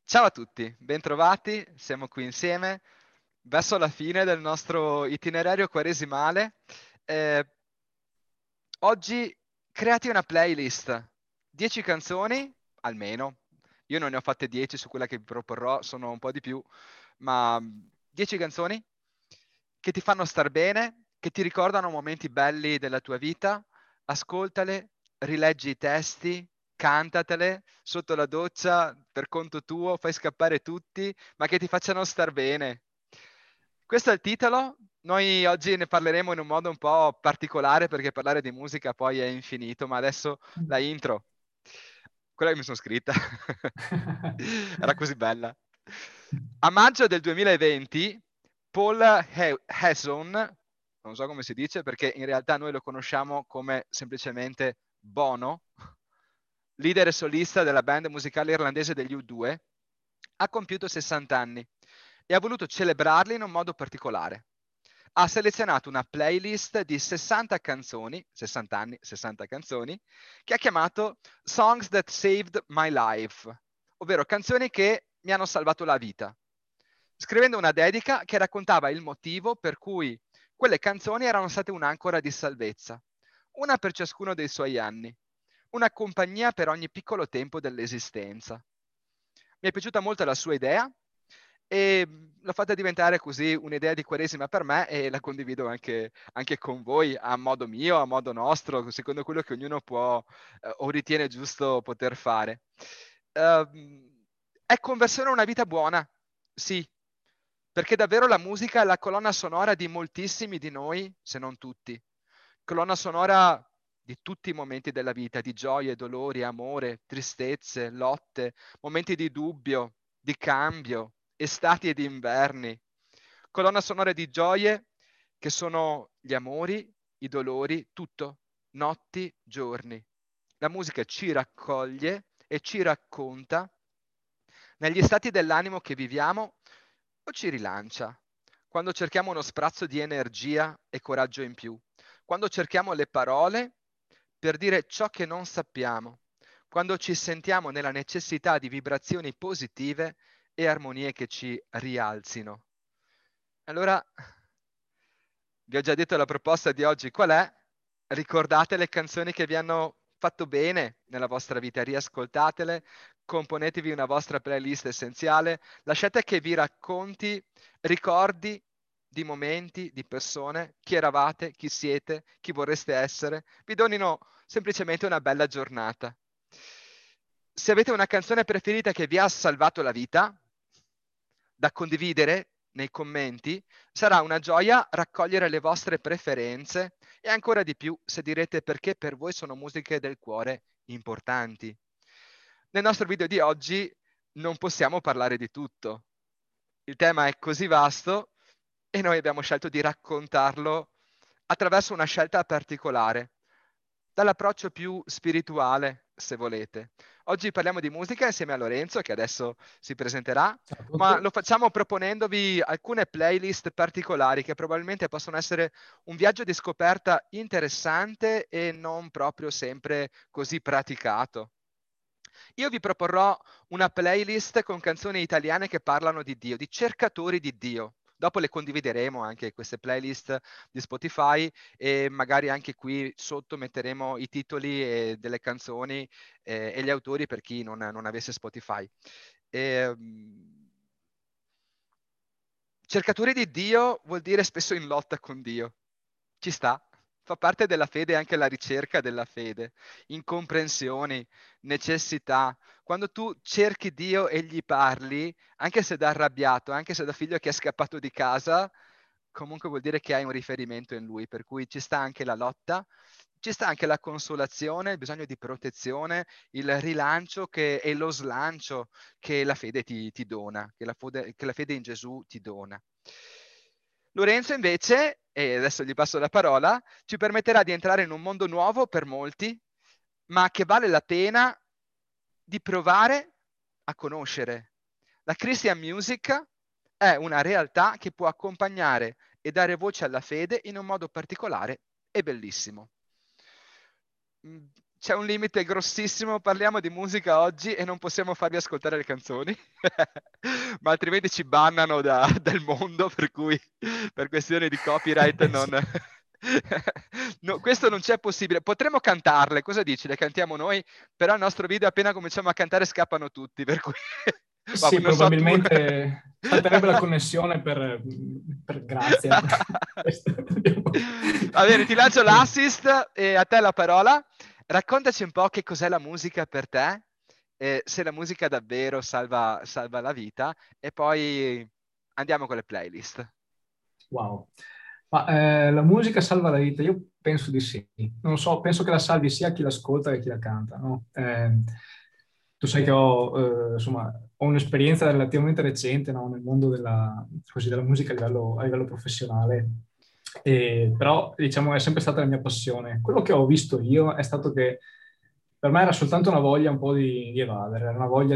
Ciao a tutti, bentrovati, siamo qui insieme verso la fine del nostro itinerario quaresimale. Eh, Oggi creati una playlist, 10 canzoni almeno. Io non ne ho fatte 10 su quella che vi proporrò, sono un po' di più, ma 10 canzoni che ti fanno star bene, che ti ricordano momenti belli della tua vita. Ascoltale, rileggi i testi, cantatele sotto la doccia per conto tuo, fai scappare tutti, ma che ti facciano star bene. Questo è il titolo. Noi oggi ne parleremo in un modo un po' particolare perché parlare di musica poi è infinito, ma adesso la intro, quella che mi sono scritta, era così bella. A maggio del 2020, Paul Hesson, non so come si dice perché in realtà noi lo conosciamo come semplicemente Bono, leader e solista della band musicale irlandese degli U2, ha compiuto 60 anni e ha voluto celebrarli in un modo particolare. Ha selezionato una playlist di 60 canzoni, 60 anni, 60 canzoni, che ha chiamato Songs That Saved My Life, ovvero canzoni che mi hanno salvato la vita, scrivendo una dedica che raccontava il motivo per cui quelle canzoni erano state un'ancora di salvezza, una per ciascuno dei suoi anni, una compagnia per ogni piccolo tempo dell'esistenza. Mi è piaciuta molto la sua idea e l'ho fatta diventare così un'idea di Quaresima per me e la condivido anche con voi a modo mio, a modo nostro, secondo quello che ognuno può o ritiene giusto poter fare. È conversione a una vita buona, sì, perché davvero la musica è la colonna sonora di moltissimi di noi, se non tutti. Colonna sonora di tutti i momenti della vita, di gioie, dolori, amore, tristezze, lotte, momenti di dubbio, di cambio, estati ed inverni. Colonna sonora di gioie che sono gli amori, i dolori, tutto, notti, giorni. La musica ci raccoglie e ci racconta negli stati dell'animo che viviamo o ci rilancia, quando cerchiamo uno sprazzo di energia e coraggio in più, quando cerchiamo le parole per dire ciò che non sappiamo, quando ci sentiamo nella necessità di vibrazioni positive e armonie che ci rialzino. Allora, vi ho già detto la proposta di oggi qual è? Ricordate le canzoni che vi hanno fatto bene nella vostra vita, riascoltatele, componetevi una vostra playlist essenziale, lasciate che vi racconti ricordi di momenti, di persone, chi eravate, chi siete, chi vorreste essere, vi donino semplicemente una bella giornata. Se avete una canzone preferita che vi ha salvato la vita, da condividere nei commenti, sarà una gioia raccogliere le vostre preferenze e ancora di più se direte perché per voi sono musiche del cuore importanti. Nel nostro video di oggi non possiamo parlare di tutto. Il tema è così vasto e noi abbiamo scelto di raccontarlo attraverso una scelta particolare, dall'approccio più spirituale, se volete. Oggi parliamo di musica insieme a Lorenzo, che adesso si presenterà, Ciao a ma tutti. lo facciamo proponendovi alcune playlist particolari che probabilmente possono essere un viaggio di scoperta interessante e non proprio sempre così praticato. Io vi proporrò una playlist con canzoni italiane che parlano di Dio, di cercatori di Dio. Dopo le condivideremo anche queste playlist di Spotify e magari anche qui sotto metteremo i titoli delle canzoni e gli autori per chi non avesse Spotify. E, cercatori di Dio vuol dire spesso in lotta con Dio. Ci sta. Fa parte della fede anche la ricerca della fede, incomprensioni, necessità. Quando tu cerchi Dio e gli parli, anche se da arrabbiato, anche se da figlio che è scappato di casa, comunque vuol dire che hai un riferimento in lui, per cui ci sta anche la lotta, ci sta anche la consolazione, il bisogno di protezione, il rilancio e lo slancio che la fede ti dona, che la fede in Gesù ti dona. Lorenzo invece, e adesso gli passo la parola, ci permetterà di entrare in un mondo nuovo per molti, ma che vale la pena di provare a conoscere. La Christian Music è una realtà che può accompagnare e dare voce alla fede in un modo particolare e bellissimo. c'è un limite grossissimo, parliamo di musica oggi e non possiamo farvi ascoltare le canzoni, ma altrimenti ci bannano dal mondo, per cui per questioni di copyright non... Sì. No, questo non c'è possibile. Potremmo cantarle, cosa dici? Le cantiamo noi, però il nostro video appena cominciamo a cantare scappano tutti, per cui... Vabbè, Sì, non so tu... probabilmente salterebbe la connessione per grazia. Va bene, ti lancio l'assist e a te la parola. Raccontaci un po' che cos'è la musica per te, se la musica davvero salva la vita, e poi andiamo con le playlist. Wow. Ma la musica salva la vita? Io penso di sì. Non so, penso che la salvi sia chi l'ascolta che chi la canta, no? Tu sai che insomma, ho un'esperienza relativamente recente, no, nel mondo della musica a livello professionale. Però, diciamo, è sempre stata la mia passione. Quello che ho visto io è stato che per me era soltanto una voglia un po' di evadere, era una voglia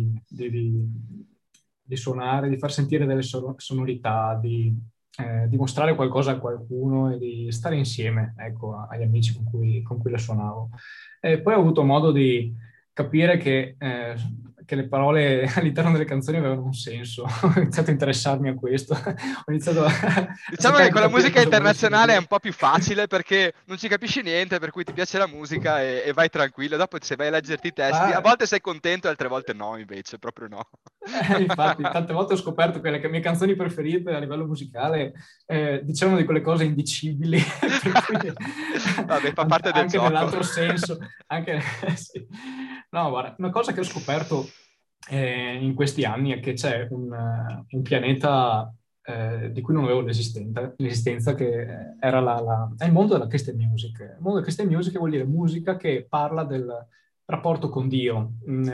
di suonare, di far sentire delle sonorità, di mostrare qualcosa a qualcuno e di stare insieme, ecco, agli amici con cui la suonavo. E poi ho avuto modo di capire che le parole all'interno delle canzoni avevano un senso. Ho iniziato a interessarmi a questo, ho iniziato a Diciamo che cercare di con la capire musica cosa volessero internazionale è un dire. po' più facile perché non ci capisci niente, per cui ti piace la musica e vai tranquillo. Dopo se vai a leggerti i testi, a Ah, volte sei contento e altre volte no, invece, proprio no. infatti, tante volte ho scoperto che le mie canzoni preferite a livello musicale dicevano di quelle cose indicibili, per cui Vabbè, fa parte del anche gioco. nell'altro senso, anche, sì. No, guarda, una cosa che ho scoperto in questi anni è che c'è un pianeta di cui non avevo l'esistenza, che era è il mondo della Christian music. Il mondo della Christian music vuol dire musica che parla del rapporto con Dio,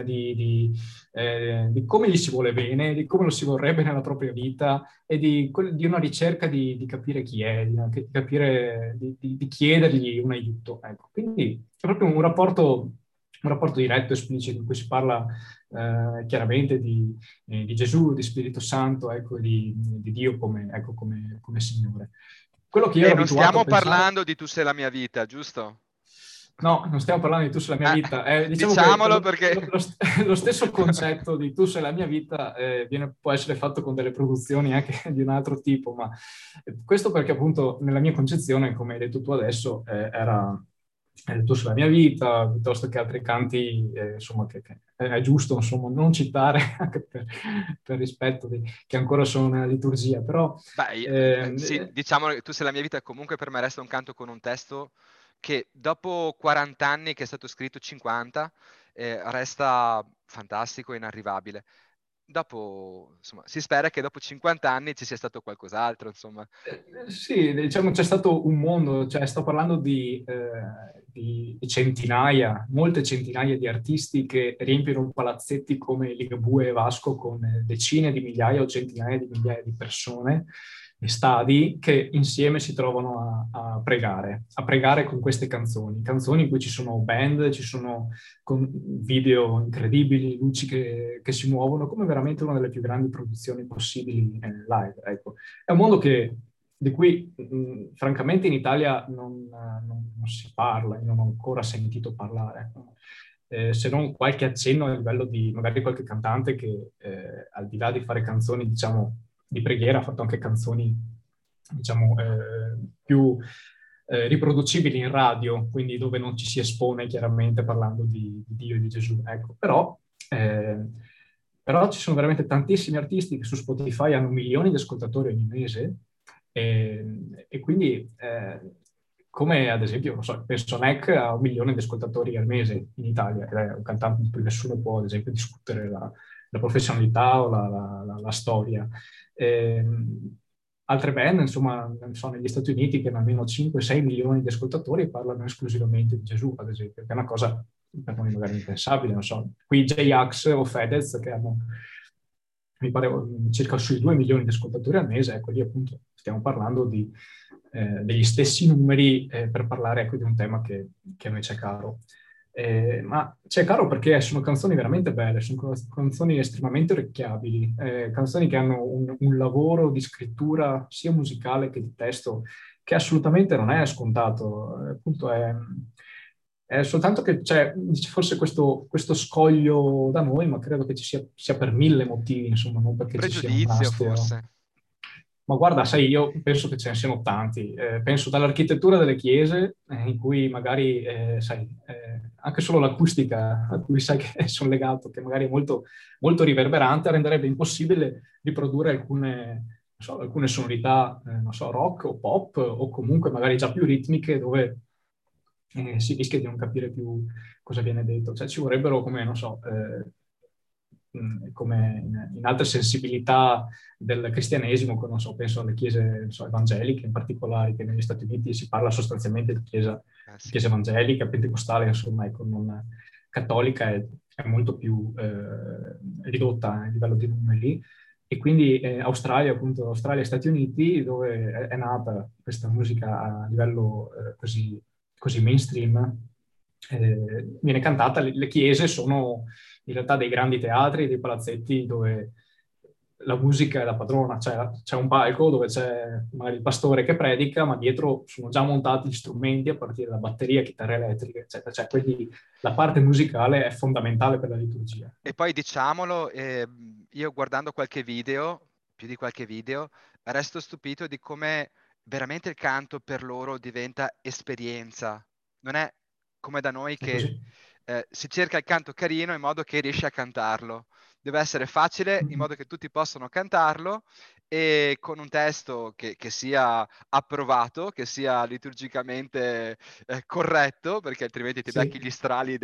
di come gli si vuole bene, di come lo si vorrebbe nella propria vita e di una ricerca di capire chi è, di capire, di chiedergli un aiuto. Ecco. Quindi è proprio un rapporto diretto, esplicito, in cui si parla chiaramente di Gesù, di Spirito Santo, ecco, di Dio come, ecco, come Signore. Quello che io E ero non abituato a stiamo pensare. parlando di Tu sei la mia vita, giusto? No, non stiamo parlando di Tu sei la mia Eh, vita. Diciamo che diciamolo perché... lo stesso concetto di Tu sei la mia vita può essere fatto con delle produzioni anche di un altro tipo, ma questo perché appunto nella mia concezione, come hai detto tu adesso, era Tu sei la mia vita, piuttosto che altri canti, insomma, che è giusto insomma, non citare, anche per rispetto che ancora sono nella liturgia, però... Beh, sì, ehm, diciamo che Tu sei la mia vita, comunque per me resta un canto con un testo che dopo 40 anni, che è stato scritto 50, resta fantastico e inarrivabile. Dopo, insomma, si spera che dopo 50 anni ci sia stato qualcos'altro, insomma. Sì, diciamo c'è stato un mondo, cioè sto parlando di centinaia, molte centinaia di artisti che riempiono palazzetti come Ligabue e Vasco con decine di migliaia o centinaia di migliaia di persone e stadi che insieme si trovano a pregare con queste canzoni, canzoni in cui ci sono band, ci sono con video incredibili, luci che si muovono, come veramente una delle più grandi produzioni possibili live, ecco. È un mondo di cui francamente in Italia non si parla, io non ho ancora sentito parlare. Se non qualche accenno a livello di magari qualche cantante che al di là di fare canzoni, diciamo, di preghiera, ha fatto anche canzoni, diciamo, più riproducibili in radio, quindi dove non ci si espone chiaramente parlando di Dio e di Gesù. Ecco. Eh, però ci sono veramente tantissimi artisti che su Spotify hanno milioni di ascoltatori ogni mese e quindi come ad esempio, non so, penso Neck ha 1 milione di ascoltatori al mese in Italia, ed è un cantante di cui nessuno può ad esempio discutere la professionalità o la storia. Altre band, insomma, non so, negli Stati Uniti che hanno almeno 5-6 milioni di ascoltatori e parlano esclusivamente di Gesù, ad esempio, che è una cosa per noi magari impensabile, non so. Qui J-Ax o Fedez che hanno, mi pare, circa sui 2 milioni di ascoltatori al mese, ecco lì appunto stiamo parlando degli stessi numeri per parlare ecco, di un tema che a noi c'è caro. Ma c'è caro perché sono canzoni veramente belle, sono canzoni estremamente orecchiabili, canzoni che hanno un lavoro di scrittura sia musicale che di testo che assolutamente non è scontato. Appunto È soltanto che c'è forse questo scoglio da noi, ma credo che sia per mille motivi, insomma, non Un perché ci sia un pregiudizio astio. forse. Ma guarda, sai, io penso che ce ne siano tanti. Penso dall'architettura delle chiese, in cui magari, sai, anche solo l'acustica a cui sai che sono legato, che magari è molto, molto riverberante, renderebbe impossibile riprodurre alcune sonorità, non so, rock o pop, o comunque magari già più ritmiche, dove si rischia di non capire più cosa viene detto. Cioè, ci vorrebbero, come, non so, come in altre sensibilità del cristianesimo, non so, penso alle chiese, non so, evangeliche in particolare, che negli Stati Uniti si parla sostanzialmente di Sì. chiesa evangelica, pentecostale, insomma, ecco, non, cattolica è molto più ridotta a livello di numeri. E quindi Australia, appunto, Australia e Stati Uniti, dove è nata questa musica a livello così mainstream, viene cantata, le chiese sono in realtà dei grandi teatri, dei palazzetti dove la musica è la padrona, cioè c'è un palco dove c'è magari il pastore che predica, ma dietro sono già montati gli strumenti a partire da batteria, chitarre elettriche, eccetera. Cioè, quindi la parte musicale è fondamentale per la liturgia. E poi diciamolo, io guardando qualche video, più di qualche video, resto stupito di come veramente il canto per loro diventa esperienza. Non è come da noi È che così. si cerca il canto carino in modo che riesci a cantarlo. Deve essere facile in Mm-mm. modo che tutti possano cantarlo e con un testo che sia approvato, che sia liturgicamente corretto, perché altrimenti ti becchi Sì, gli strali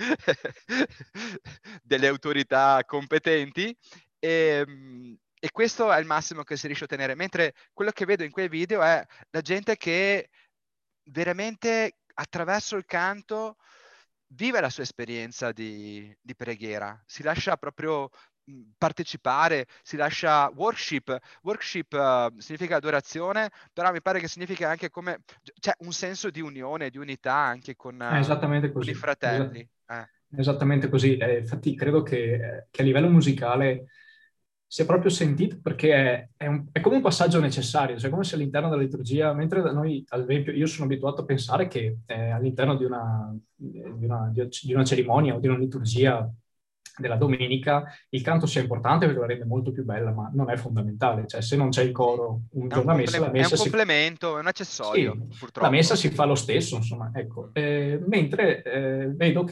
delle autorità competenti. E questo è il massimo che si riesce a ottenere. Mentre quello che vedo in quei video è la gente che veramente attraverso il canto vive la sua esperienza di preghiera, si lascia proprio partecipare, si lascia worship. Worship significa adorazione, però mi pare che significa anche come c'è un senso di unione, di unità anche è esattamente con i così. fratelli. Esattamente così. Infatti credo che a livello musicale sia proprio sentito perché è come un passaggio necessario, cioè come se all'interno della liturgia, mentre da noi, ad esempio, io sono abituato a pensare che all'interno di una cerimonia o di una liturgia della domenica il canto sia importante perché la rende molto più bella, ma non è fondamentale. Cioè se non c'è il Sì. coro un giorno a messa, la È un messa si complemento, è un sì, accessorio, la messa purtroppo. si fa lo stesso, insomma, ecco. Mm. Mentre vedo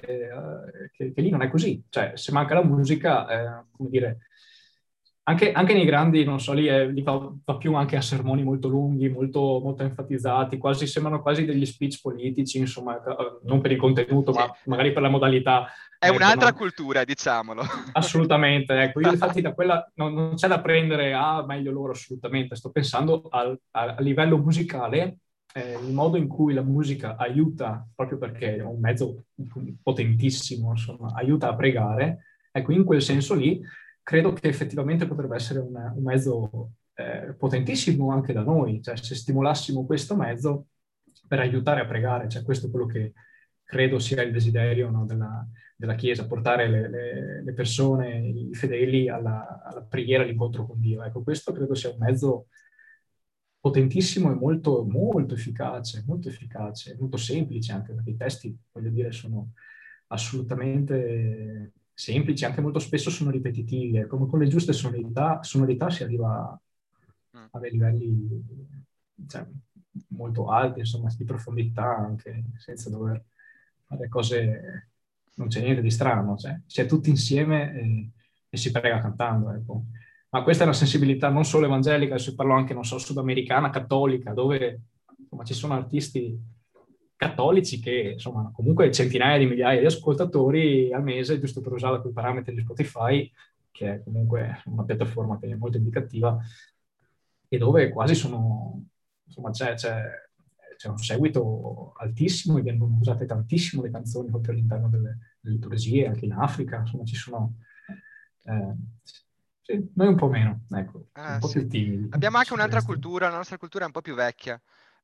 che lì non è così, cioè se manca la musica, come dire, anche nei grandi, non so, lì va più anche a sermoni molto lunghi, molto, molto enfatizzati, sembrano quasi degli speech politici, insomma, non per il contenuto, Sì. ma magari per la modalità, È ecco, un'altra no? cultura, diciamolo. Assolutamente, ecco, io infatti da quella non c'è da prendere meglio loro assolutamente, sto pensando a livello musicale, il modo in cui la musica aiuta, proprio perché è un mezzo potentissimo, insomma, aiuta a pregare, ecco, in quel senso lì credo che effettivamente potrebbe essere un mezzo potentissimo anche da noi, cioè se stimolassimo questo mezzo per aiutare a pregare, cioè questo è quello che credo sia il desiderio, no, della Chiesa, portare le persone, i fedeli alla preghiera, all'incontro con Dio. Ecco, questo credo sia un mezzo potentissimo e molto, molto efficace, molto semplice anche perché i testi, voglio dire, sono assolutamente semplici, anche molto spesso sono ripetitivi. E come con le giuste sonorità si arriva Mm. a dei livelli cioè, molto alti, insomma, di profondità anche, senza dover fare cose, non c'è niente di strano, cioè, si è tutti insieme e si prega cantando, ecco. Ma questa è una sensibilità non solo evangelica, adesso parlo anche, non so, sudamericana, cattolica, dove insomma, ci sono artisti cattolici che, insomma, comunque centinaia di migliaia di ascoltatori al mese, giusto per usare quei parametri di Spotify, che è comunque una piattaforma che è molto indicativa, e dove quasi insomma, c'è un seguito altissimo e vengono usate tantissimo le canzoni proprio all'interno delle liturgie, anche in Africa, insomma, ci sono... eh, sì, noi un po' meno, ecco, siamo un po' Sì. più timidi Abbiamo anche su un'altra questo. cultura, la nostra cultura è un po' più vecchia.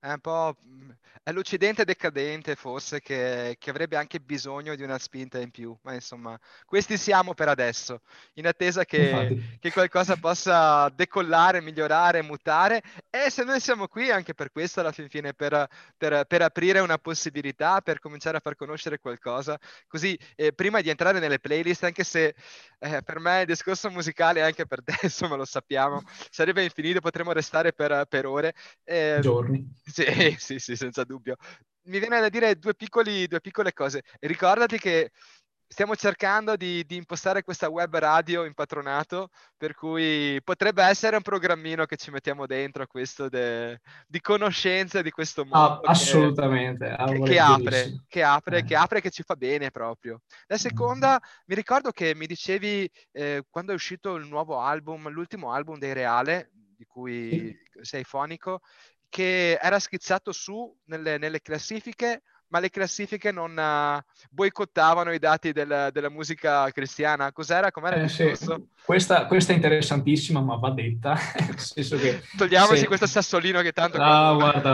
È un po'... è l'Occidente decadente forse che avrebbe anche bisogno di una spinta in più, ma insomma, questi siamo per adesso, in attesa Infatti. che qualcosa possa decollare, migliorare, mutare, e se noi siamo qui anche per questo alla fin fine, per aprire una possibilità, per cominciare a far conoscere qualcosa, così prima di entrare nelle playlist, anche se per me il discorso musicale, anche per te, insomma lo sappiamo, sarebbe infinito, potremmo restare per ore. Giorni. Sì, sì, sì, senza dubbio. Mi viene da dire due piccole cose. Ricordati che stiamo cercando di impostare questa web radio in patronato, per cui potrebbe essere un programmino che ci mettiamo dentro a questo di conoscenza di questo Ah, mondo assolutamente, che apre, volentierissimo. che apre e che ci fa bene proprio. La seconda, mi ricordo che mi dicevi quando è uscito il nuovo album, l'ultimo album dei Reale, di cui Sì. sei fonico, che era schizzato su nelle classifiche, ma le classifiche non boicottavano i dati della musica cristiana. Cos'era? Com'era il Sì, discorso? questa è interessantissima, ma va detta, nel senso che Togliamoci se... questo sassolino che tanto Ah, quando... guarda,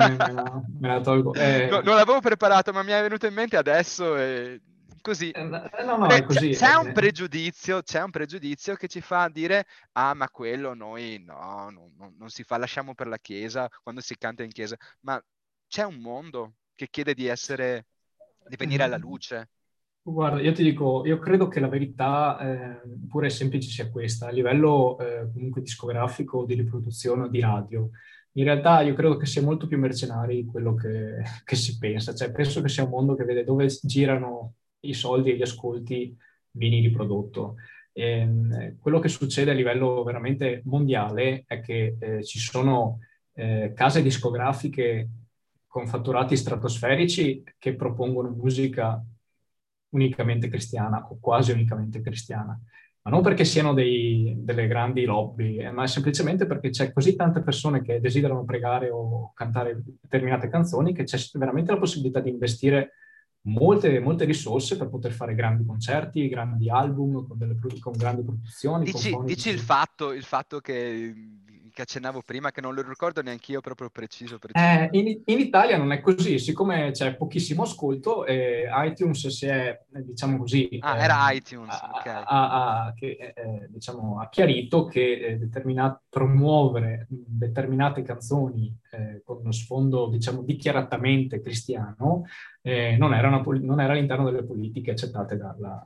me la tolgo. Non l'avevo preparato, ma mi è venuto in mente adesso e così. No, no, è così. C'è un pregiudizio che ci fa dire, ah, ma quello noi no, non si fa, lasciamo per la chiesa, quando si canta in chiesa. Ma c'è un mondo che chiede di venire alla luce. Guarda, io ti dico, io credo che la verità pure semplice sia questa, a livello comunque discografico, di riproduzione o di radio. In realtà io credo che sia molto più mercenari quello che si pensa, cioè penso che sia un mondo che vede dove girano i soldi e gli ascolti vieni riprodotto. Quello che succede a livello veramente mondiale è che ci sono case discografiche con fatturati stratosferici che propongono musica unicamente cristiana o quasi unicamente cristiana, ma non perché siano delle grandi lobby, ma semplicemente perché c'è così tante persone che desiderano pregare o cantare determinate canzoni che c'è veramente la possibilità di investire molte risorse per poter fare grandi concerti, grandi album con grandi produzioni, con Dici fonici. il fatto che accennavo prima, che non lo ricordo neanche io proprio preciso, preciso. In Italia non è così, siccome c'è pochissimo ascolto, iTunes si è, diciamo così, Ah, era iTunes, ok. diciamo, ha chiarito che promuovere determinate canzoni con uno sfondo, diciamo, dichiaratamente cristiano non era all'interno delle politiche accettate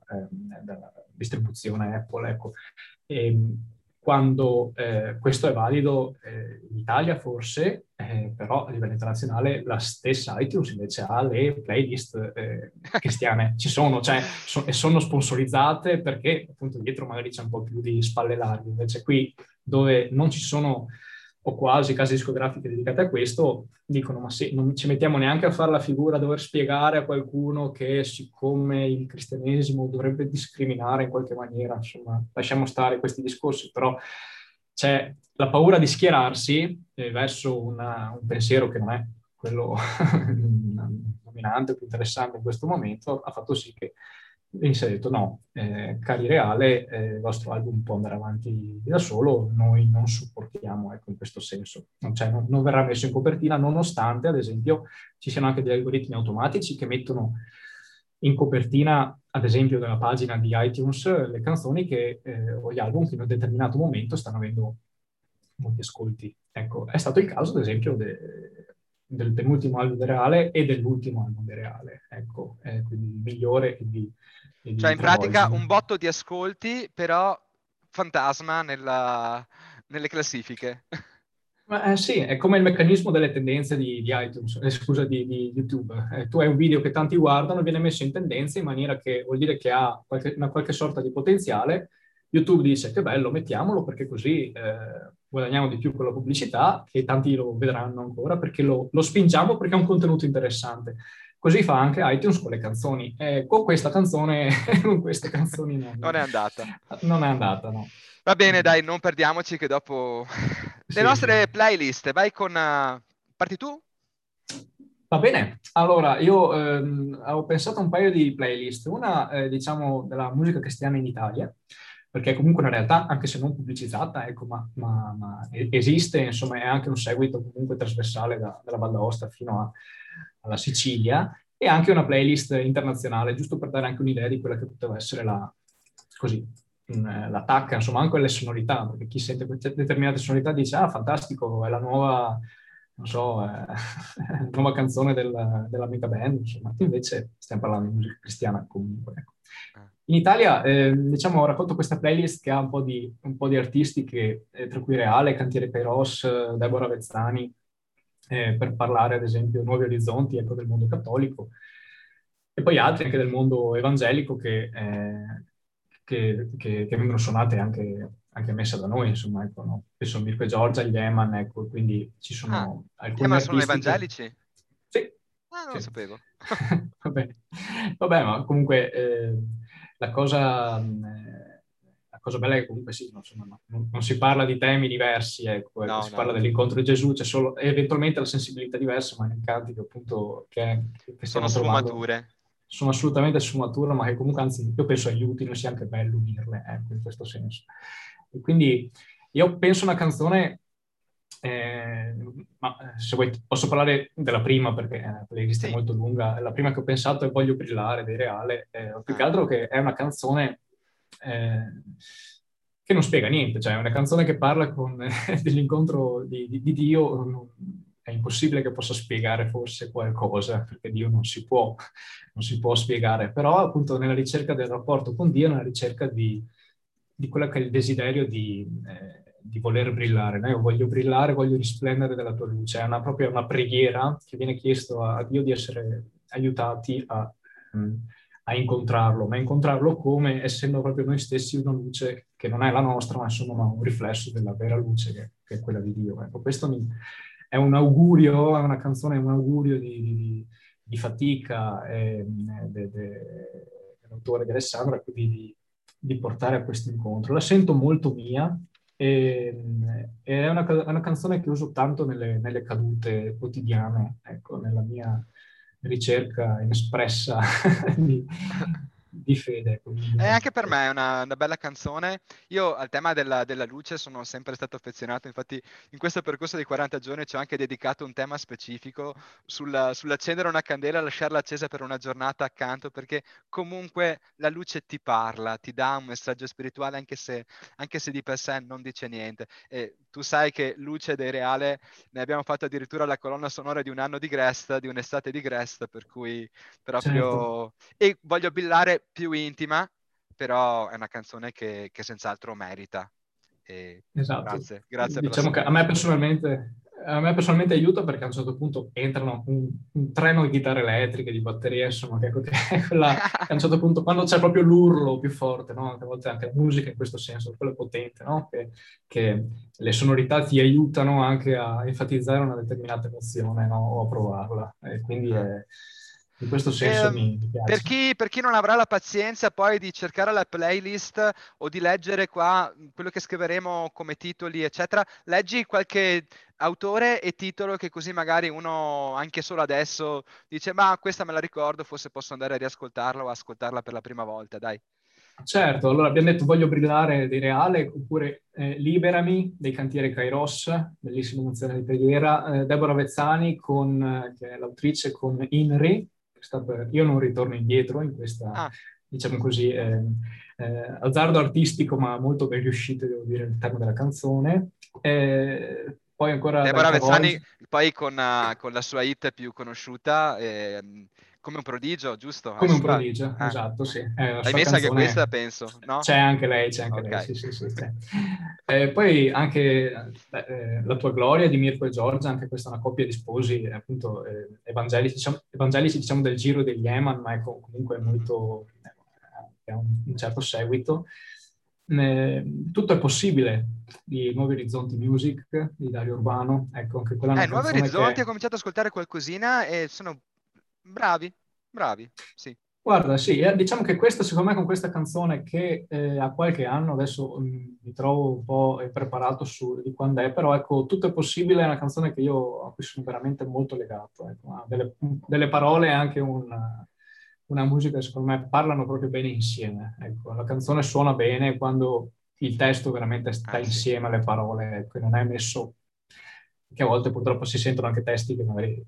dalla distribuzione Apple, ecco. E, quando questo è valido in Italia forse, però a livello internazionale la stessa iTunes invece ha le playlist cristiane, ci sono, cioè, e sono sponsorizzate perché appunto dietro magari c'è un po' più di spalle larghe, invece qui dove non ci sono o quasi case discografiche dedicate a questo, dicono ma sì, non ci mettiamo neanche a fare la figura a dover spiegare a qualcuno che siccome il cristianesimo dovrebbe discriminare in qualche maniera, insomma, lasciamo stare questi discorsi, però c'è la paura di schierarsi verso un pensiero che non è quello dominante o più interessante in questo momento, ha fatto sì che si è detto no, cari Reale, il vostro album può andare avanti da solo, noi non supportiamo, ecco, in questo senso. Non verrà messo in copertina, nonostante, ad esempio, ci siano anche degli algoritmi automatici che mettono in copertina, ad esempio, della pagina di iTunes, le canzoni o gli album che in un determinato momento stanno avendo molti ascolti. Ecco, è stato il caso, ad esempio, del penultimo album di Reale e dell'ultimo album di Reale, ecco, quindi il migliore e Cioè, di in pratica Travolgere. un botto di ascolti, però fantasma nelle classifiche. Ma, sì, è come il meccanismo delle tendenze di iTunes, scusa, di YouTube. Tu hai un video che tanti guardano, viene messo in tendenza in maniera che vuol dire che ha una qualche sorta di potenziale. YouTube dice che bello, mettiamolo perché così guadagniamo di più con la pubblicità e tanti lo vedranno ancora perché lo spingiamo perché è un contenuto interessante. Così fa anche iTunes con le canzoni. Con questa canzone, con queste canzoni Non è andata. non è andata, no. Va bene, dai, non perdiamoci che dopo... Le Sì, sì. nostre playlist, vai con... parti tu? Va bene, allora io avevo pensato a un paio di playlist, una diciamo della musica cristiana in Italia, perché è comunque una realtà, anche se non pubblicizzata, ecco, ma esiste, insomma, è anche un seguito comunque trasversale dalla Val d'Aosta fino alla Sicilia, e anche una playlist internazionale, giusto per dare anche un'idea di quella che poteva essere così, l'attacca, insomma, anche le sonorità, perché chi sente queste determinate sonorità dice, ah, fantastico, è la nuova, non so, la nuova canzone della mega band, insomma. Invece stiamo parlando di musica cristiana comunque, ecco. Ah. In Italia, diciamo, ho raccolto questa playlist che ha un po' di artisti, tra cui Reale, Cantiere Kairos, Deborah Vezzani, per parlare, ad esempio, Nuovi Orizzonti, ecco, del mondo cattolico, e poi altri anche del mondo evangelico che vengono suonate anche messe da noi, insomma, ecco, no? Penso a Mirko e Giorgia, gli Eman, ecco, quindi ci Ah, sono gli alcuni Eman sono artisti che... evangelici? Sì, Ah, non lo sì. sapevo. Vabbè. Vabbè, ma comunque la cosa, la cosa bella è che comunque sì, no, insomma, non si parla di temi diversi, ecco, No, si no, parla no. dell'incontro di Gesù, c'è solo eventualmente la sensibilità diversa, ma nei canti che appunto che Sono stiamo trovando sfumature. sono assolutamente sfumatura, ma che comunque anzi io penso aiutino, sia anche bello unirle, ecco, in questo senso. E quindi io penso una canzone, ma se vuoi posso parlare della prima perché la playlist è Sì. molto lunga. La prima che ho pensato è Voglio brillare dei Reale, più che Ah. altro che è una canzone che non spiega niente, cioè è una canzone che parla dell'incontro di Dio. È impossibile che possa spiegare forse qualcosa, perché Dio non si può spiegare, però appunto nella ricerca del rapporto con Dio, nella ricerca di quello che è il desiderio di voler brillare. No? Io voglio brillare, voglio risplendere della tua luce. È proprio una preghiera che viene chiesto a Dio di essere aiutati a incontrarlo, ma incontrarlo come essendo proprio noi stessi una luce che non è la nostra, ma insomma un riflesso della vera luce che è quella di Dio. Ecco, questo è un augurio, è una canzone, è un augurio di fatica dell'autore di Alessandra, quindi di portare a questo incontro. La sento molto mia e è una canzone che uso tanto nelle cadute quotidiane, ecco, nella mia ricerca inespressa di fede. Ecco, Anche per me è una bella canzone. Io al tema della luce sono sempre stato affezionato, infatti in questo percorso di 40 giorni ci ho anche dedicato un tema specifico sull'accendere una candela e lasciarla accesa per una giornata accanto, perché comunque la luce ti parla, ti dà un messaggio spirituale anche se di per sé non dice niente. E tu sai che Luce dei Reale ne abbiamo fatto addirittura la colonna sonora di un anno di Grest, di un'estate di Grest, per cui Certo. proprio... E voglio brillare più intima, però è una canzone che senz'altro merita. E Esatto. grazie per la Diciamo che a me personalmente aiuta perché a un certo punto entrano un treno di chitarre elettriche, di batterie, insomma, che è quella che a un certo punto, quando c'è proprio l'urlo più forte, no? A volte anche la musica in questo senso, quella potente, no? Che le sonorità ti aiutano anche a enfatizzare una determinata emozione, no? O a provarla. E quindi in questo senso mi Per piace. chi non avrà la pazienza poi di cercare la playlist o di leggere qua quello che scriveremo come titoli, eccetera, leggi qualche autore e titolo che così magari uno anche solo adesso dice, ma questa me la ricordo, forse posso andare a riascoltarla o ascoltarla per la prima volta, dai. Certo, allora abbiamo detto Voglio brillare dei Reale, oppure Liberami dei Cantiere Kairos, bellissima canzone di preghiera, Deborah Vezzani che è l'autrice con Inri, che sta Io non ritorno indietro in questa, Ah, diciamo così, azzardo artistico, ma molto ben riuscito, devo dire, all'interno della canzone. Poi ancora Dai Deborah Vezzani Cavolgi, poi con la sua hit più conosciuta, come un prodigio, giusto? come un prodigio, esatto, Ah. sì. È la L'hai sua messa anche questa, canzone. penso, no? C'è anche lei, Ok. sì, sì, sì. Sì. Poi anche La tua gloria di Mirko e Giorgia, anche questa è una coppia di sposi, appunto, evangelici, diciamo, del giro degli Eman, ma ecco, comunque Mhm. molto, che ha un certo seguito. Tutto è possibile di Nuovi Orizzonti Music, di Dario Urbano, ecco, anche quella è una Nuovi canzone Orizzonti, ho che... cominciato ad ascoltare qualcosina e sono bravi, bravi, sì. Guarda, sì, diciamo che questa, secondo me, con questa canzone che ha qualche anno, adesso mi trovo un po' impreparato su di quando è, però ecco, tutto è possibile, è una canzone a cui sono veramente molto legato, ecco, ha delle parole e anche una musica, secondo me, parlano proprio bene insieme. Ecco, la canzone suona bene quando il testo veramente sta Sì. insieme alle parole, ecco, e non è messo, che a volte purtroppo si sentono anche testi che magari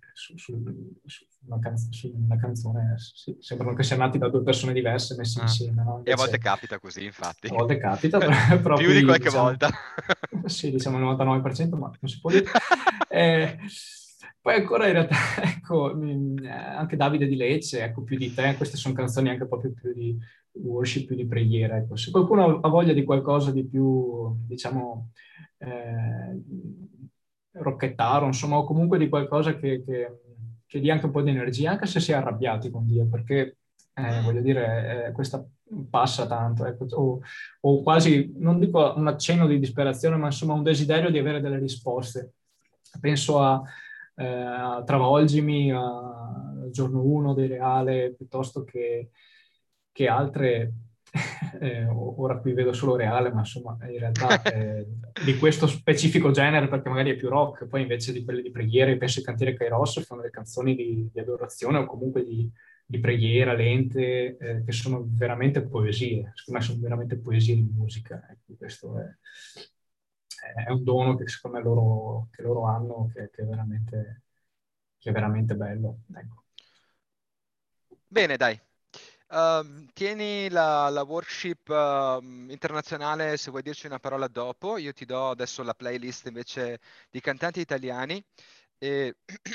su una canzone sembrano che siano nati da due persone diverse messe Ah. insieme, no? E a volte Invece capita così, infatti. a volte capita, però Più di qui qualche diciamo, volta. sì, diciamo il 99%, ma non si può dire. Eh, Poi ancora in realtà, ecco, anche Davide di Lecce, ecco, più di te, queste sono canzoni anche proprio più di worship, più di preghiera. Ecco. Se qualcuno ha voglia di qualcosa di più, diciamo, eh, rocchettaro, insomma, o comunque di qualcosa che dia anche un po' di energia, anche se si è arrabbiati con Dio, perché, Mm. voglio dire, questa passa tanto, ecco, o quasi, non dico un accenno di disperazione, ma insomma un desiderio di avere delle risposte. Penso a Travolgimi, a Giorno 1 dei Reale, piuttosto che altre, ora qui vedo solo Reale, ma insomma in realtà di questo specifico genere, perché magari è più rock, poi invece di quelle di preghiera, io penso ai Cantiere Kairos fanno delle canzoni di adorazione o comunque di preghiera lente, che sono veramente poesie, secondo me sono veramente poesie di musica. Ecco, questo è un dono che secondo me che loro hanno, che è veramente bello. Ecco. Bene, dai. Tieni la worship internazionale se vuoi dirci una parola dopo. Io ti do adesso la playlist invece di cantanti italiani. E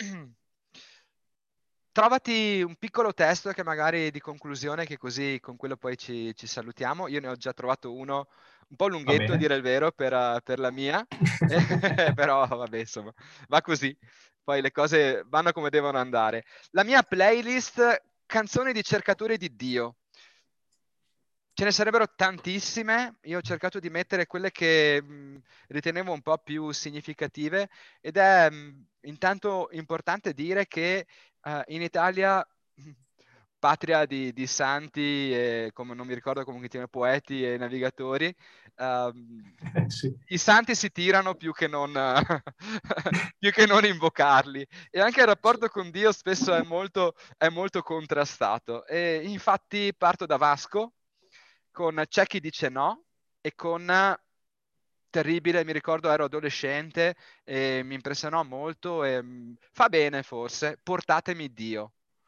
trovati un piccolo testo che magari di conclusione, che così con quello poi ci salutiamo. Io ne ho già trovato uno un po' Va lunghetto, a bene? dire il vero, per la mia, però vabbè, insomma, va così. Poi le cose vanno come devono andare. La mia playlist, canzoni di cercatori di Dio. Ce ne sarebbero tantissime, io ho cercato di mettere quelle che ritenevo un po' più significative ed è intanto importante dire che in Italia, patria di santi, e, come non mi ricordo come si chiama, poeti e navigatori, Sì. i santi si tirano più che non, più che non invocarli e anche il rapporto con Dio spesso è molto contrastato. E infatti parto da Vasco con C'è chi dice no e con Terribile, mi ricordo ero adolescente e mi impressionò molto e fa bene forse, portatemi Dio.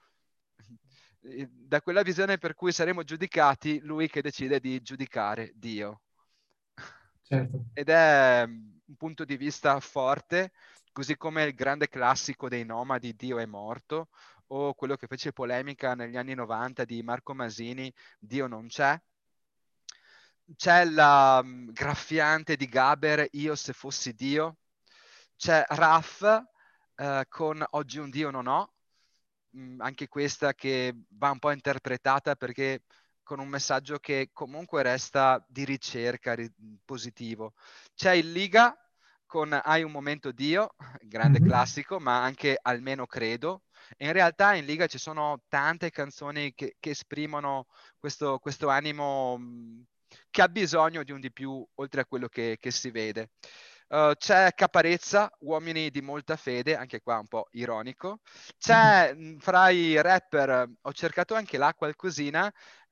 Da quella visione per cui saremo giudicati, lui che decide di giudicare Dio. Certo. Ed è un punto di vista forte, così come il grande classico dei nomadi, Dio è morto, o quello che fece polemica negli anni 90 di Marco Masini, Dio non c'è. C'è la graffiante di Gaber, Io se fossi Dio. C'è Raff con Oggi un Dio non ho, anche questa che va un po' interpretata perché con un messaggio che comunque resta di ricerca positivo. C'è il Liga con Hai un momento Dio, grande Mhm. classico, ma anche Almeno credo. E in realtà in Liga ci sono tante canzoni che esprimono questo animo che ha bisogno di un di più oltre a quello che si vede. C'è Caparezza, Uomini di molta fede, anche qua un po' ironico. C'è fra i rapper, ho cercato anche là qualcosina,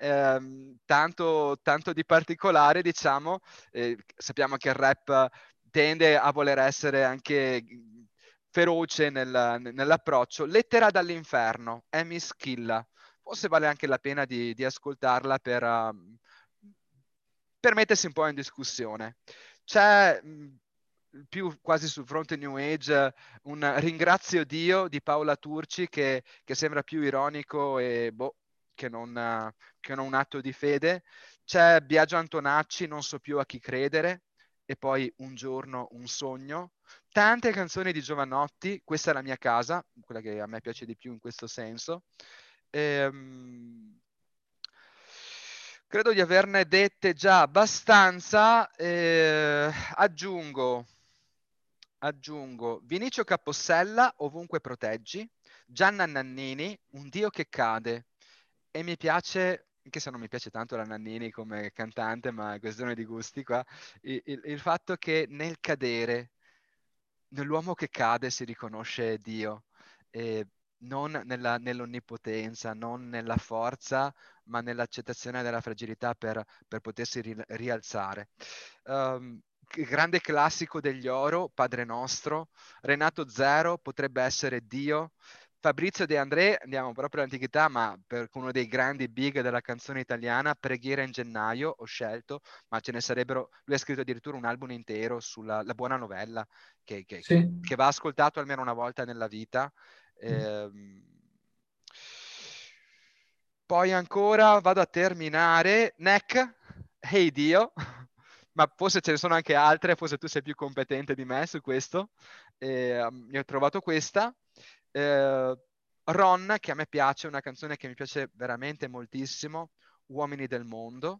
tanto di particolare, diciamo. Sappiamo che il rap tende a voler essere anche feroce nell'approccio. Lettera dall'inferno, Amy Schilla. Forse vale anche la pena di ascoltarla per mettersi un po' in discussione. C'è più quasi sul fronte New Age un Ringrazio Dio di Paola Turci che sembra più ironico e boh, che non un atto di fede. C'è Biagio Antonacci, Non so più a chi credere, e poi Un giorno, un sogno. Tante canzoni di Giovanotti, Questa è la mia casa, quella che a me piace di più in questo senso. Ehm, Credo di averne dette già abbastanza. Aggiungo Vinicio Capossella, Ovunque proteggi, Gianna Nannini, Un Dio che cade. E mi piace, anche se non mi piace tanto la Nannini come cantante, ma è questione di gusti qua, il fatto che nel cadere, nell'uomo che cade si riconosce Dio. E non nell'onnipotenza, non nella forza, ma nell'accettazione della fragilità per potersi rialzare. Grande classico degli Oro, Padre Nostro. Renato Zero potrebbe essere Dio. Fabrizio De André, andiamo proprio all'antichità, ma per uno dei grandi big della canzone italiana, Preghiera in gennaio, ho scelto, ma ce ne sarebbero, lui ha scritto addirittura un album intero sulla la buona novella, Sì. che va ascoltato almeno una volta nella vita. Poi ancora vado a terminare. Neck, Hey Dio, ma forse ce ne sono anche altre, forse tu sei più competente di me su questo. Mi ho trovato questa. Ron, che a me piace, una canzone che mi piace veramente moltissimo, Uomini del mondo.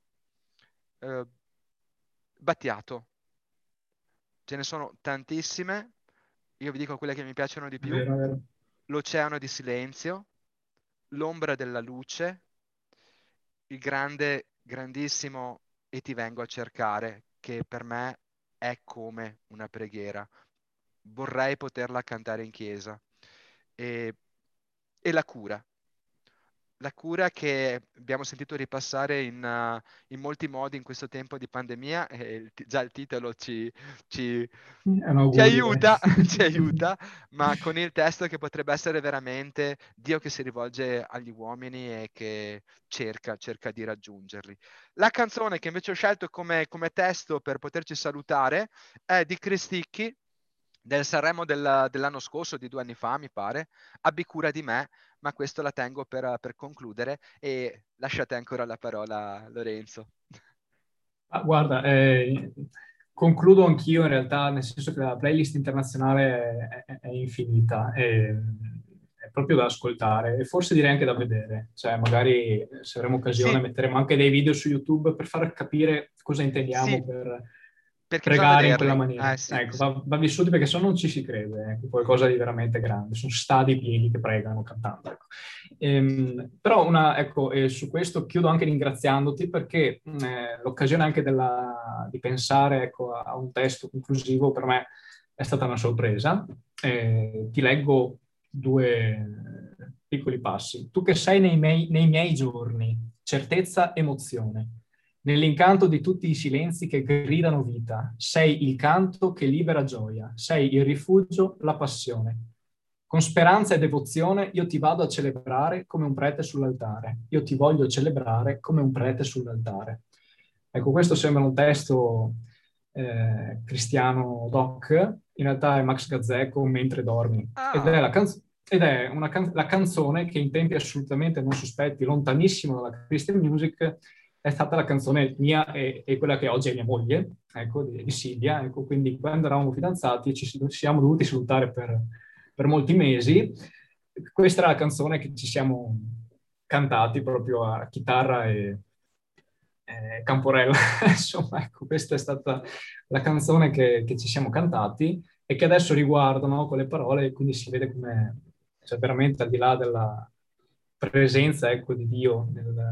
Battiato, ce ne sono tantissime, io vi dico quelle che mi piacciono di È più. vero, è vero. L'Oceano di silenzio, L'ombra della luce, il grande, grandissimo E ti vengo a cercare, che per me è come una preghiera. Vorrei poterla cantare in chiesa. E, e la cura. La cura che abbiamo sentito ripassare in molti modi in questo tempo di pandemia, e già il titolo ci, È un ci augurio. aiuta, ci aiuta, ma con il testo che potrebbe essere veramente Dio che si rivolge agli uomini e che cerca di raggiungerli. La canzone che invece ho scelto come testo per poterci salutare è di Cristicchi, del Sanremo dell'anno scorso, di 2 anni fa, mi pare, Abbi cura di me, ma questo la tengo per concludere e lasciate ancora la parola, Lorenzo. Ah, guarda, concludo anch'io in realtà, nel senso che la playlist internazionale è infinita, è proprio da ascoltare e forse direi anche da vedere. Cioè, magari se avremo occasione Sì, metteremo anche dei video su YouTube per far capire cosa intendiamo sì, per perché bisogna pregare in quella vederli. maniera. Sì, Ecco, sì. va vissuti perché se no non ci si crede, è qualcosa di veramente grande. Sono stadi pieni che pregano cantando. Ecco. Però ecco, su questo chiudo anche ringraziandoti perché l'occasione anche di pensare ecco, a un testo conclusivo per me è stata una sorpresa. Ti leggo 2 piccoli passi. Tu che sei nei miei giorni, certezza, emozione. Nell'incanto di tutti i silenzi che gridano vita, sei il canto che libera gioia, sei il rifugio, la passione. Con speranza e devozione io ti vado a celebrare come un prete sull'altare. Io ti voglio celebrare come un prete sull'altare. Ecco, questo sembra un testo cristiano doc, in realtà è Max Gazzè con Mentre dormi. Ah, Ed è la canzone che in tempi assolutamente non sospetti, lontanissimo dalla Christian music, è stata la canzone mia e quella che oggi è mia moglie, ecco, di Silvia. Ecco, quindi quando eravamo fidanzati ci siamo dovuti salutare per molti mesi. Questa era la canzone che ci siamo cantati proprio a chitarra e Camporella. Insomma, ecco, questa è stata la canzone che ci siamo cantati e che adesso riguardano quelle parole, e quindi si vede come, cioè veramente al di là della presenza, ecco, di Dio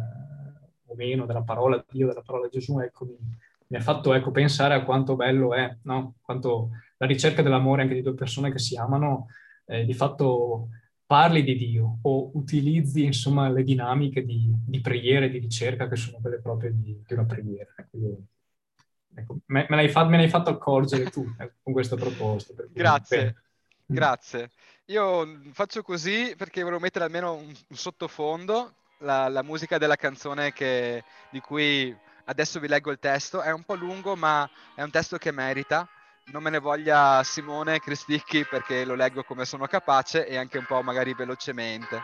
o meno, della parola Dio, della parola Gesù, ecco, mi ha fatto, ecco, pensare a quanto bello è, no? Quanto la ricerca dell'amore anche di 2 persone che si amano, di fatto parli di Dio o utilizzi, insomma, le dinamiche di preghiera e di ricerca che sono quelle proprie di una preghiera. Quindi, ecco, me l'hai fatto accorgere tu con questa proposta. Per cui, grazie, bene. Mm. grazie. Io faccio così perché volevo mettere almeno un sottofondo, la musica della canzone di cui adesso vi leggo il testo. È un po' lungo, ma è un testo che merita. Non me ne voglia Simone Cristicchi perché lo leggo come sono capace e anche un po' magari velocemente.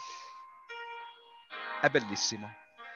È bellissimo.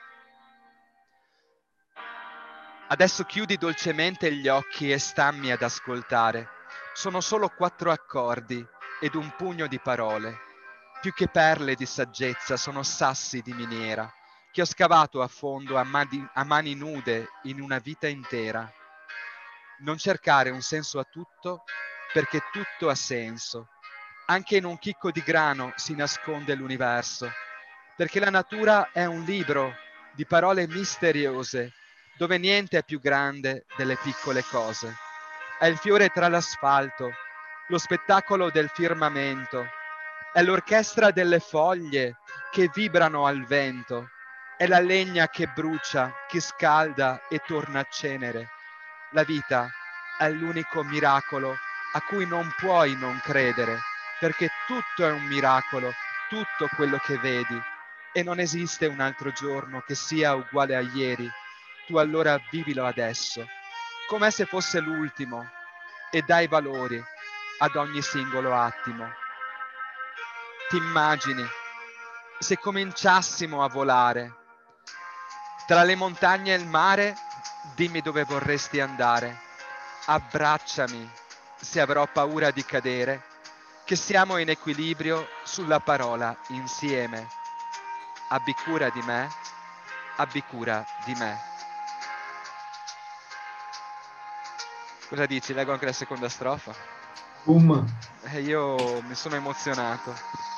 Adesso chiudi dolcemente gli occhi e stammi ad ascoltare. Sono solo 4 accordi ed un pugno di parole. Più che perle di saggezza, sono sassi di miniera che ho scavato a fondo a mani nude in una vita intera. Non cercare un senso a tutto, perché tutto ha senso. Anche in un chicco di grano si nasconde l'universo, perché la natura è un libro di parole misteriose, dove niente è più grande delle piccole cose. È il fiore tra l'asfalto, lo spettacolo del firmamento, è l'orchestra delle foglie che vibrano al vento, è la legna che brucia, che scalda e torna cenere. La vita è l'unico miracolo a cui non puoi non credere, perché tutto è un miracolo, tutto quello che vedi, e non esiste un altro giorno che sia uguale a ieri. Tu allora vivilo adesso, come se fosse l'ultimo, e dai valori ad ogni singolo attimo. Ti immagini se cominciassimo a volare tra le montagne e il mare? Dimmi dove vorresti andare. Abbracciami se avrò paura di cadere, che siamo in equilibrio sulla parola insieme. Abbi cura di me, abbi cura di me. Cosa dici? Leggo anche la seconda strofa. Boom. Io mi sono emozionato.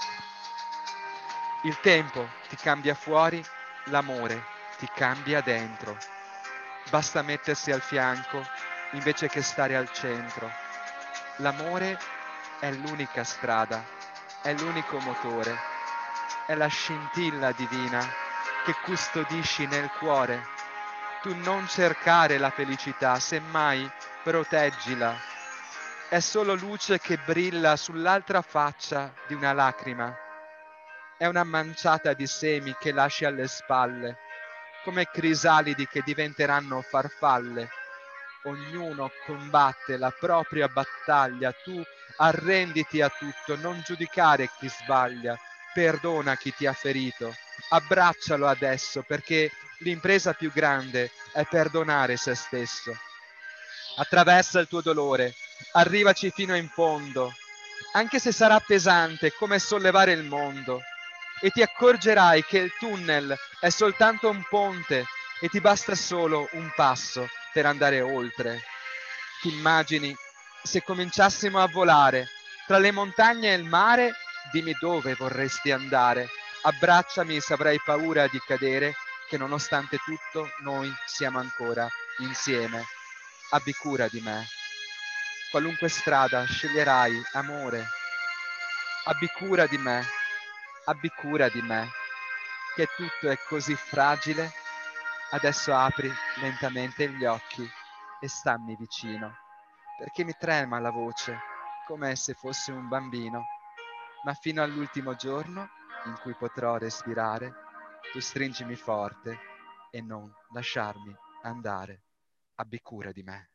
Il tempo ti cambia fuori, l'amore ti cambia dentro. Basta mettersi al fianco invece che stare al centro. L'amore è l'unica strada, è l'unico motore, è la scintilla divina che custodisci nel cuore. Tu non cercare la felicità, semmai proteggila. È solo luce che brilla sull'altra faccia di una lacrima. È una manciata di semi che lasci alle spalle, come crisalidi che diventeranno farfalle. Ognuno combatte la propria battaglia, tu arrenditi a tutto, non giudicare chi sbaglia, perdona chi ti ha ferito, abbraccialo adesso perché l'impresa più grande è perdonare se stesso. Attraversa il tuo dolore, arrivaci fino in fondo, anche se sarà pesante come sollevare il mondo, e ti accorgerai che il tunnel è soltanto un ponte e ti basta solo un passo per andare oltre. Ti immagini se cominciassimo a volare tra le montagne e il mare? Dimmi dove vorresti andare. Abbracciami se avrai paura di cadere, che nonostante tutto noi siamo ancora insieme. Abbi cura di me. Qualunque strada sceglierai, amore, abbi cura di me, abbi cura di me, che tutto è così fragile. Adesso apri lentamente gli occhi e stammi vicino, perché mi trema la voce come se fossi un bambino, ma fino all'ultimo giorno in cui potrò respirare, tu stringimi forte e non lasciarmi andare. Abbi cura di me.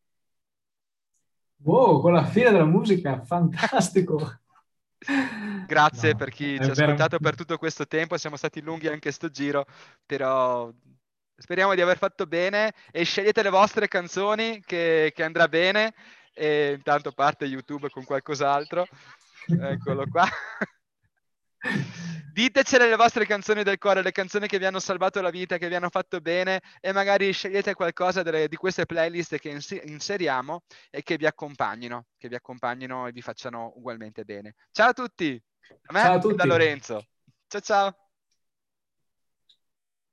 Wow, con la fine della musica, fantastico. Grazie No, per chi è ci ha ascoltato per veramente... tutto questo tempo, siamo stati lunghi anche sto giro, però speriamo di aver fatto bene e scegliete le vostre canzoni che andrà bene e intanto parte YouTube con qualcos'altro. Eccolo qua. Ditecele le vostre canzoni del cuore, le canzoni che vi hanno salvato la vita, che vi hanno fatto bene e magari scegliete qualcosa di queste playlist che inseriamo e che vi accompagnino e vi facciano ugualmente bene. Ciao a tutti, da me Ciao a e da tutti. Lorenzo. Ciao ciao.